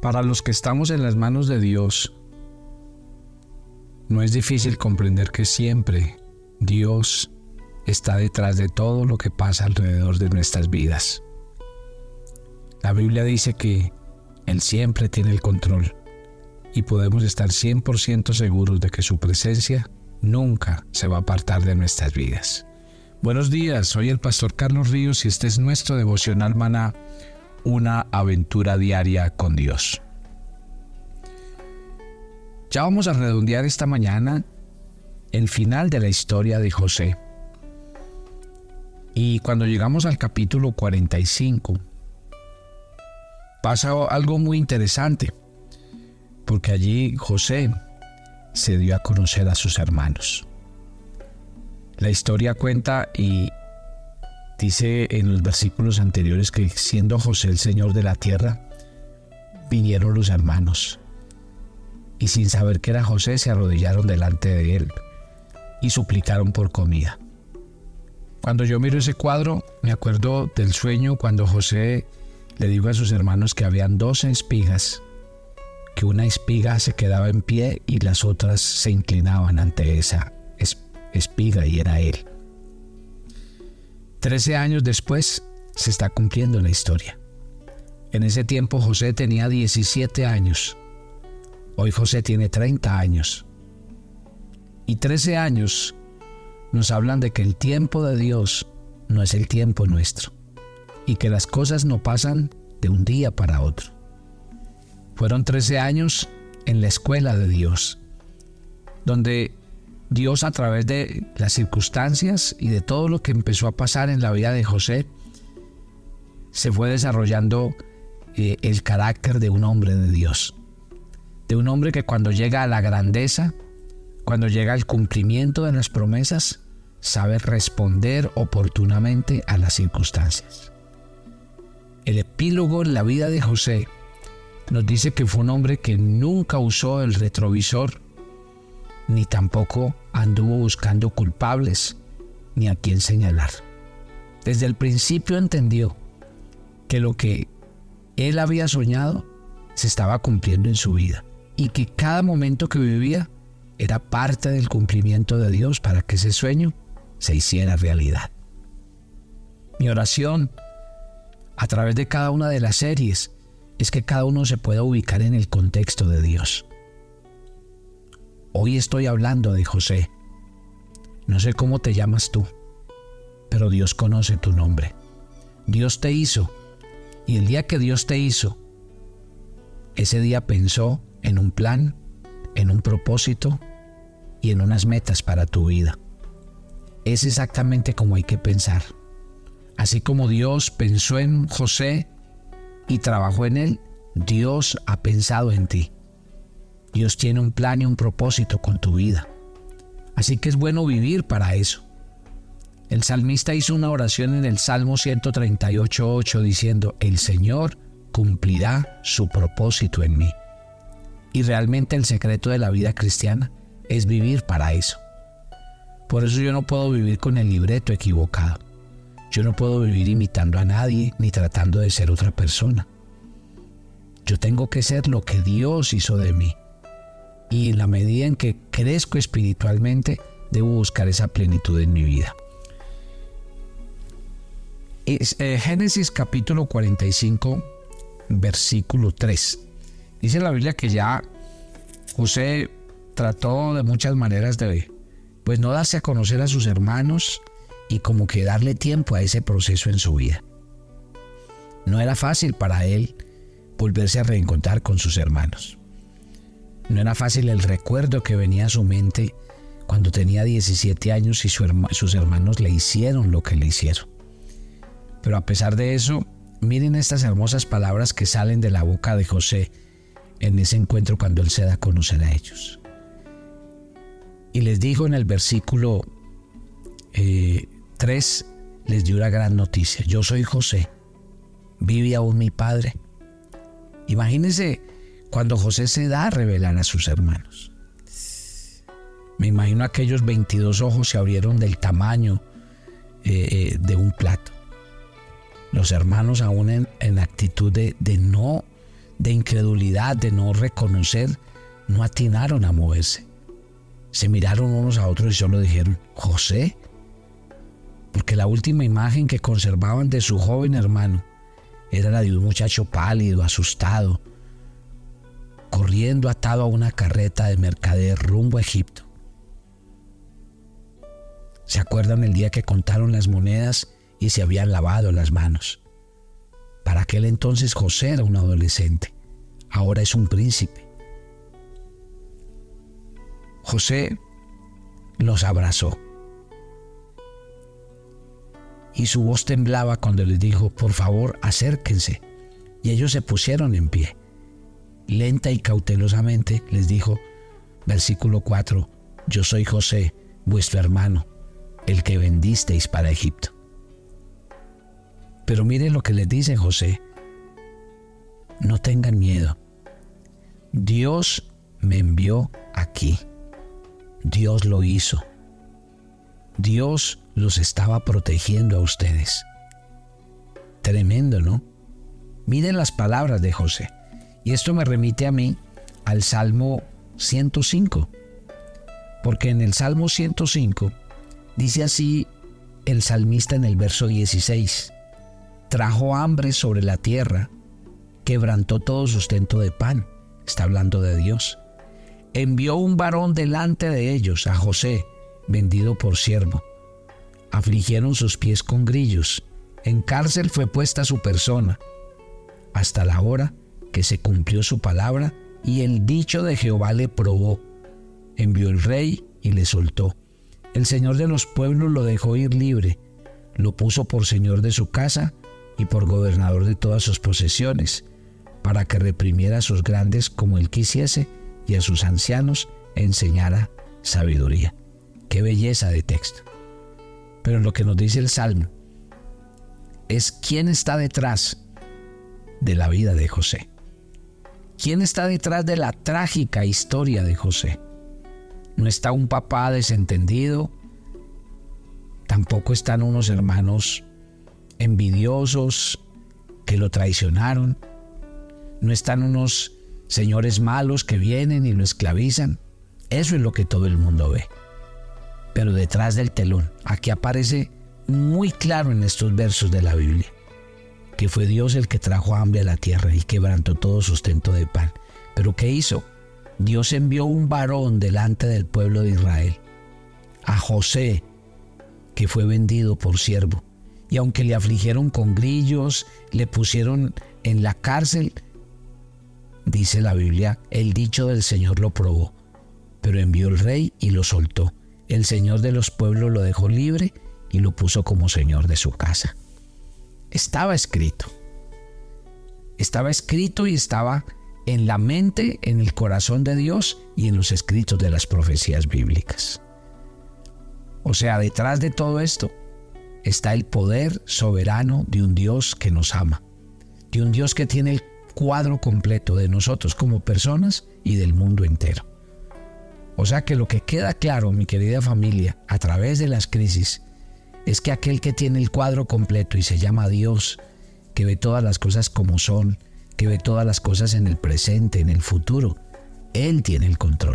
Para los que estamos en las manos de Dios, no es difícil comprender que siempre Dios está detrás de todo lo que pasa alrededor de nuestras vidas. La Biblia dice que Él siempre tiene el control y podemos estar 100% seguros de que su presencia nunca se va a apartar de nuestras vidas. Buenos días, soy el pastor Carlos Ríos y este es nuestro devocional Maná, una aventura diaria con Dios. Ya vamos a redondear esta mañana el final de la historia de José. Y cuando llegamos al capítulo 45, pasa algo muy interesante, porque allí José se dio a conocer a sus hermanos. La historia cuenta y dice en los versículos anteriores que siendo José el señor de la tierra, vinieron los hermanos y sin saber que era José se arrodillaron delante de él y suplicaron por comida. Cuando yo miro ese cuadro, me acuerdo del sueño cuando José le dijo a sus hermanos que habían 12 espigas, que una espiga se quedaba en pie y las otras se inclinaban ante esa espiga y era él. 13 años después se está cumpliendo la historia. En ese tiempo José tenía 17 años. Hoy José tiene 30 años. Y 13 años nos hablan de que el tiempo de Dios no es el tiempo nuestro y que las cosas no pasan de un día para otro. Fueron 13 años en la escuela de Dios, donde Dios, a través de las circunstancias y de todo lo que empezó a pasar en la vida de José, se fue desarrollando el carácter de un hombre de Dios. De un hombre que cuando llega a la grandeza, cuando llega al cumplimiento de las promesas, sabe responder oportunamente a las circunstancias. El epílogo en la vida de José nos dice que fue un hombre que nunca usó el retrovisor, ni tampoco anduvo buscando culpables, ni a quién señalar. Desde el principio entendió que lo que él había soñado se estaba cumpliendo en su vida y que cada momento que vivía era parte del cumplimiento de Dios para que ese sueño se hiciera realidad. Mi oración a través de cada una de las series es que cada uno se pueda ubicar en el contexto de Dios. Hoy estoy hablando de José. No sé cómo te llamas tú, pero Dios conoce tu nombre. Dios te hizo, y el día que Dios te hizo, ese día pensó en un plan, en un propósito y en unas metas para tu vida. Es exactamente como hay que pensar. Así como Dios pensó en José y trabajó en él, Dios ha pensado en ti. Dios tiene un plan y un propósito con tu vida. Así que es bueno vivir para eso. El salmista hizo una oración en el Salmo 138:8 diciendo: el Señor cumplirá su propósito en mí. Y realmente el secreto de la vida cristiana es vivir para eso. Por eso yo no puedo vivir con el libreto equivocado. Yo no puedo vivir imitando a nadie ni tratando de ser otra persona. Yo tengo que ser lo que Dios hizo de mí. Y en la medida en que crezco espiritualmente, debo buscar esa plenitud en mi vida. Génesis capítulo 45, versículo 3. Dice la Biblia que ya José trató de muchas maneras de, no darse a conocer a sus hermanos y como que darle tiempo a ese proceso en su vida. No era fácil para él volverse a reencontrar con sus hermanos. No era fácil el recuerdo que venía a su mente cuando tenía 17 años y sus hermanos le hicieron lo que le hicieron. Pero a pesar de eso, miren estas hermosas palabras que salen de la boca de José en ese encuentro cuando él se da a conocer a ellos. Y les dijo en el versículo 3, les dio una gran noticia: yo soy José, ¿vive aún mi padre? Imagínense cuando José se da a revelar a sus hermanos. Me imagino aquellos 22 ojos se abrieron del tamaño de un plato. Los hermanos aún en actitud de de incredulidad, de no reconocer, no atinaron a moverse. Se miraron unos a otros y solo dijeron, ¿José? Porque la última imagen que conservaban de su joven hermano era la de un muchacho pálido, asustado, corriendo atado a una carreta de mercader rumbo a Egipto. ¿Se acuerdan el día que contaron las monedas y se habían lavado las manos? Para aquel entonces José era un adolescente, ahora es un príncipe. José los abrazó y su voz temblaba cuando les dijo, por favor, acérquense. Y ellos se pusieron en pie. Lenta y cautelosamente les dijo, versículo 4, yo soy José, vuestro hermano, el que vendisteis para Egipto. Pero miren lo que les dice José, no tengan miedo, Dios me envió aquí, Dios lo hizo, Dios los estaba protegiendo a ustedes. Tremendo, ¿no? Miren las palabras de José. Y esto me remite a mí al Salmo 105. Porque en el Salmo 105 dice así el salmista en el verso 16. Trajo hambre sobre la tierra, quebrantó todo sustento de pan. Está hablando de Dios. Envió un varón delante de ellos, a José, vendido por siervo. Afligieron sus pies con grillos. En cárcel fue puesta su persona, hasta la hora que se cumplió su palabra y el dicho de Jehová le probó. Envió el rey y le soltó. El Señor de los pueblos lo dejó ir libre, lo puso por señor de su casa y por gobernador de todas sus posesiones, para que reprimiera a sus grandes como él quisiese y a sus ancianos enseñara sabiduría. Qué belleza de texto. Pero lo que nos dice el Salmo es quién está detrás de la vida de José. ¿Quién está detrás de la trágica historia de José? No está un papá desentendido, tampoco están unos hermanos envidiosos que lo traicionaron, no están unos señores malos que vienen y lo esclavizan. Eso es lo que todo el mundo ve. Pero detrás del telón, aquí aparece muy claro en estos versos de la Biblia, que fue Dios el que trajo hambre a la tierra y quebrantó todo sustento de pan. ¿Pero qué hizo? Dios envió un varón delante del pueblo de Israel, a José, que fue vendido por siervo. Y aunque le afligieron con grillos, le pusieron en la cárcel, dice la Biblia, el dicho del Señor lo probó, pero envió el rey y lo soltó. El Señor de los pueblos lo dejó libre y lo puso como señor de su casa. Estaba escrito y estaba en la mente, en el corazón de Dios y en los escritos de las profecías bíblicas. O sea, detrás de todo esto está el poder soberano de un Dios que nos ama, de un Dios que tiene el cuadro completo de nosotros como personas y del mundo entero. O sea que lo que queda claro, mi querida familia, a través de las crisis, es que aquel que tiene el cuadro completo y se llama Dios, que ve todas las cosas como son, que ve todas las cosas en el presente, en el futuro, Él tiene el control.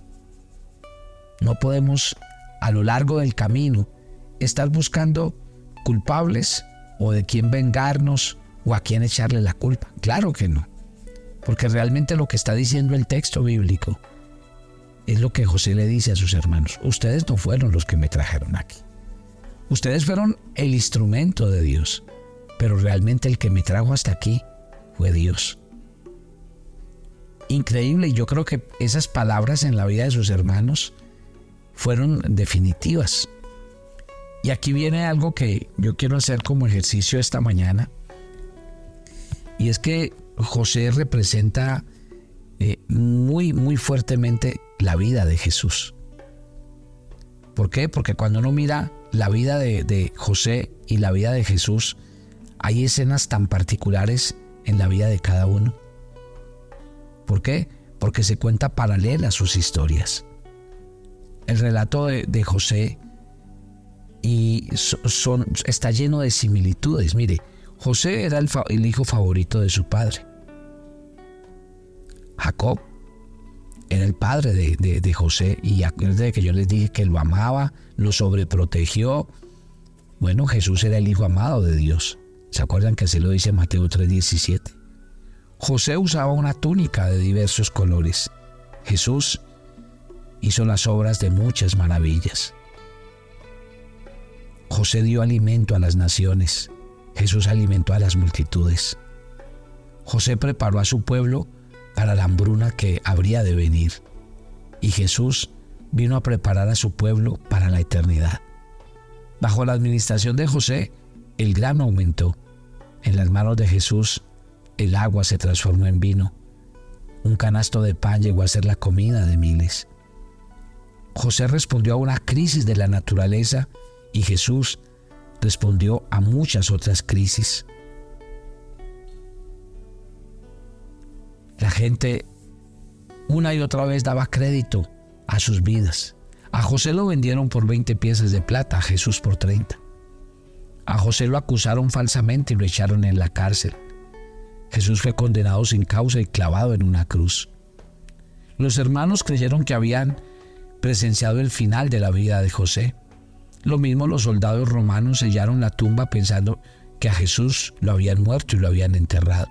No podemos, a lo largo del camino, estar buscando culpables o de quién vengarnos o a quién echarle la culpa. Claro que no, porque realmente lo que está diciendo el texto bíblico es lo que José le dice a sus hermanos. Ustedes no fueron los que me trajeron aquí. Ustedes fueron el instrumento de Dios, pero realmente el que me trajo hasta aquí fue Dios. Increíble, y yo creo que esas palabras en la vida de sus hermanos fueron definitivas. Y aquí viene algo que yo quiero hacer como ejercicio esta mañana, y es que José representa muy, muy fuertemente la vida de Jesús. ¿Por qué? Porque cuando uno mira la vida de José y la vida de Jesús, hay escenas tan particulares en la vida de cada uno. ¿Por qué? Porque se cuenta paralela a sus historias. El relato de José está lleno de similitudes. Mire, José era el hijo favorito de su padre. Jacob era el padre de José, y acuérdense que yo les dije que lo amaba, lo sobreprotegió. Bueno, Jesús era el hijo amado de Dios. ¿Se acuerdan que así lo dice Mateo 3:17? José usaba una túnica de diversos colores. Jesús hizo las obras de muchas maravillas. José dio alimento a las naciones. Jesús alimentó a las multitudes. José preparó a su pueblo para la hambruna que habría de venir. Y Jesús vino a preparar a su pueblo para la eternidad. Bajo la administración de José, el grano aumentó. En las manos de Jesús, el agua se transformó en vino. Un canasto de pan llegó a ser la comida de miles. José respondió a una crisis de la naturaleza y Jesús respondió a muchas otras crisis. La gente una y otra vez daba crédito a sus vidas. A José lo vendieron por 20 piezas de plata, a Jesús por 30. A José lo acusaron falsamente y lo echaron en la cárcel. Jesús fue condenado sin causa y clavado en una cruz. Los hermanos creyeron que habían presenciado el final de la vida de José. Lo mismo los soldados romanos sellaron la tumba pensando que a Jesús lo habían muerto y lo habían enterrado.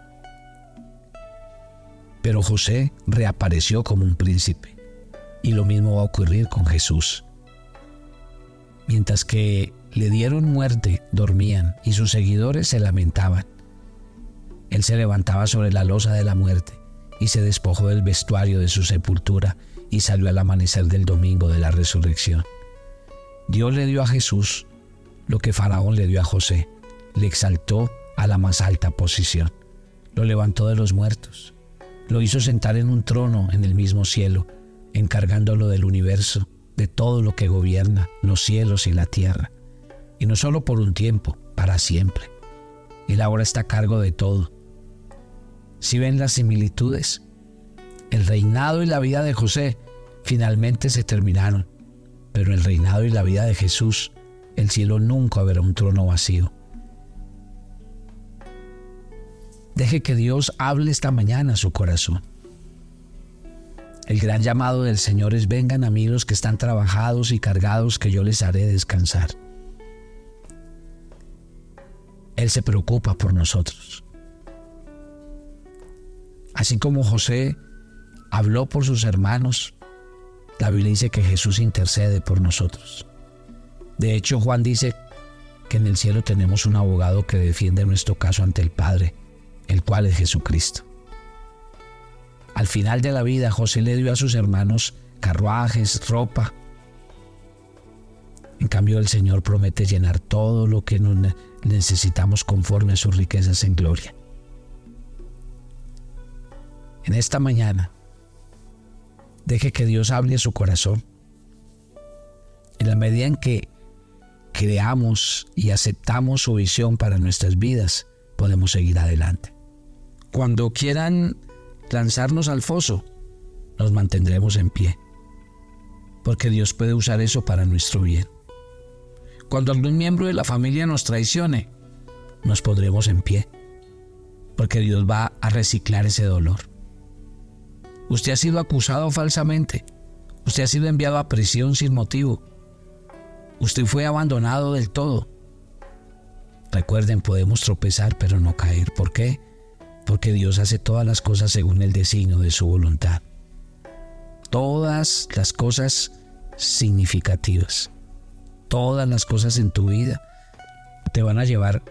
Pero José reapareció como un príncipe, y lo mismo va a ocurrir con Jesús. Mientras que le dieron muerte, dormían, y sus seguidores se lamentaban. Él se levantaba sobre la losa de la muerte y se despojó del vestuario de su sepultura y salió al amanecer del domingo de la resurrección. Dios le dio a Jesús lo que Faraón le dio a José. Le exaltó a la más alta posición. Lo levantó de los muertos. Lo hizo sentar en un trono en el mismo cielo, encargándolo del universo, de todo lo que gobierna, los cielos y la tierra. Y no solo por un tiempo, para siempre. Él ahora está a cargo de todo. ¿Sí ven las similitudes? El reinado y la vida de José finalmente se terminaron, pero el reinado y la vida de Jesús, el cielo nunca verá un trono vacío. Deje que Dios hable esta mañana a su corazón. El gran llamado del Señor es: vengan a mí los que están trabajados y cargados, que yo les haré descansar. Él se preocupa por nosotros. Así como José habló por sus hermanos, la Biblia dice que Jesús intercede por nosotros. De hecho, Juan dice que en el cielo tenemos un abogado que defiende nuestro caso ante el Padre, el cual es Jesucristo. Al final de la vida, José le dio a sus hermanos carruajes, ropa. En cambio, el Señor promete llenar todo lo que necesitamos conforme a sus riquezas en gloria. En esta mañana, deje que Dios hable a su corazón. En la medida en que creamos y aceptamos su visión para nuestras vidas, podemos seguir adelante. Cuando quieran lanzarnos al foso, nos mantendremos en pie, porque Dios puede usar eso para nuestro bien. Cuando algún miembro de la familia nos traicione, nos pondremos en pie, porque Dios va a reciclar ese dolor. Usted ha sido acusado falsamente. Usted ha sido enviado a prisión sin motivo. Usted fue abandonado del todo. Recuerden, podemos tropezar pero no caer. ¿Por qué? Porque Dios hace todas las cosas según el designio de su voluntad. Todas las cosas significativas, todas las cosas en tu vida te van a llevar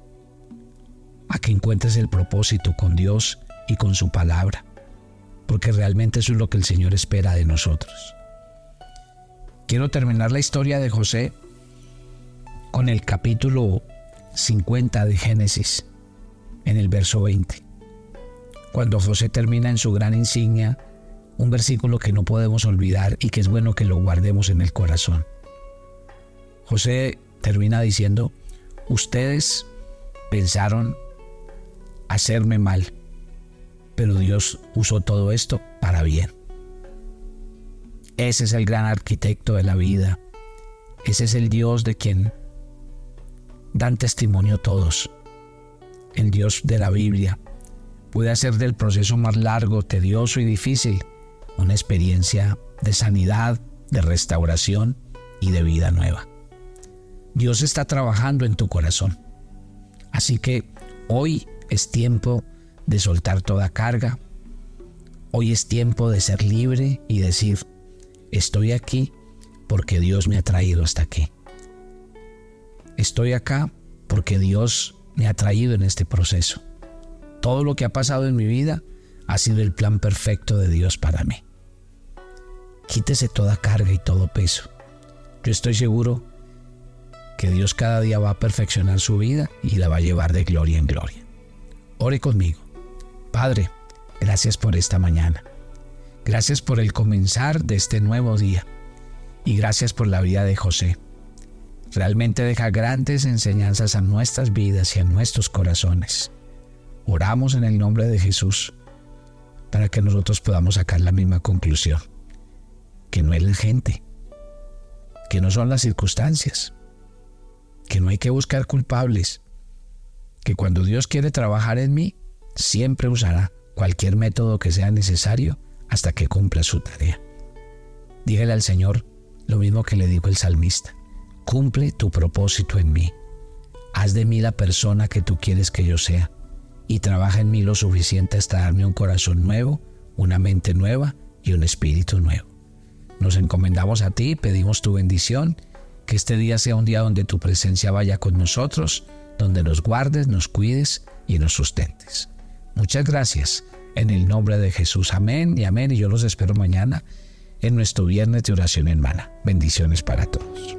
a que encuentres el propósito con Dios y con su palabra, porque realmente eso es lo que el Señor espera de nosotros. Quiero terminar la historia de José con el capítulo 50 de Génesis, en el verso 20. Cuando José termina en su gran insignia, un versículo que no podemos olvidar y que es bueno que lo guardemos en el corazón. José termina diciendo: ustedes pensaron hacerme mal, pero Dios usó todo esto para bien. Ese es el gran arquitecto de la vida. Ese es el Dios de quien dan testimonio todos. El Dios de la Biblia. puede hacer del proceso más largo, tedioso y difícil una experiencia de sanidad, de restauración y de vida nueva. Dios está trabajando en tu corazón. Así que hoy es tiempo de soltar toda carga. Hoy es tiempo de ser libre y decir, estoy aquí porque Dios me ha traído hasta aquí. Estoy acá porque Dios me ha traído en este proceso. Todo lo que ha pasado en mi vida ha sido el plan perfecto de Dios para mí. Quítese toda carga y todo peso. Yo estoy seguro que Dios cada día va a perfeccionar su vida y la va a llevar de gloria en gloria. Ore conmigo. Padre, gracias por esta mañana. Gracias por el comenzar de este nuevo día. Y gracias por la vida de José. Realmente deja grandes enseñanzas a nuestras vidas y a nuestros corazones. Oramos en el nombre de Jesús para que nosotros podamos sacar la misma conclusión. Que no es la gente, que no son las circunstancias, que no hay que buscar culpables, que cuando Dios quiere trabajar en mí, siempre usará cualquier método que sea necesario hasta que cumpla su tarea. Dígale al Señor lo mismo que le dijo el salmista: cumple tu propósito en mí, haz de mí la persona que tú quieres que yo sea y trabaja en mí lo suficiente hasta darme un corazón nuevo, una mente nueva y un espíritu nuevo. Nos encomendamos a ti, pedimos tu bendición, que este día sea un día donde tu presencia vaya con nosotros, donde nos guardes, nos cuides y nos sustentes. Muchas gracias, en el nombre de Jesús, amén y amén, y yo los espero mañana en nuestro viernes de oración hermana. Bendiciones para todos.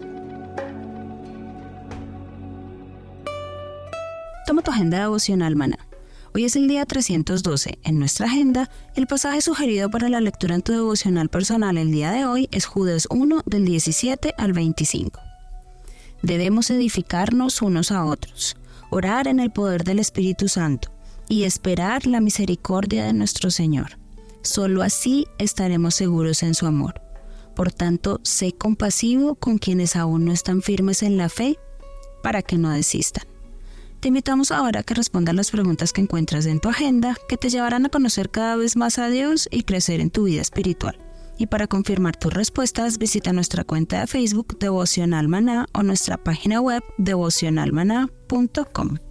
Toma tu agenda devocional Maná. Hoy es el día 312. En nuestra agenda, el pasaje sugerido para la lectura en tu devocional personal el día de hoy es Judas 1, del 17 al 25. Debemos edificarnos unos a otros, orar en el poder del Espíritu Santo y esperar la misericordia de nuestro Señor. Solo así estaremos seguros en su amor. Por tanto, sé compasivo con quienes aún no están firmes en la fe, para que no desistan. Te invitamos ahora a que respondas las preguntas que encuentras en tu agenda, que te llevarán a conocer cada vez más a Dios y crecer en tu vida espiritual. Y para confirmar tus respuestas, visita nuestra cuenta de Facebook Devocional Maná o nuestra página web devocionalmaná.com.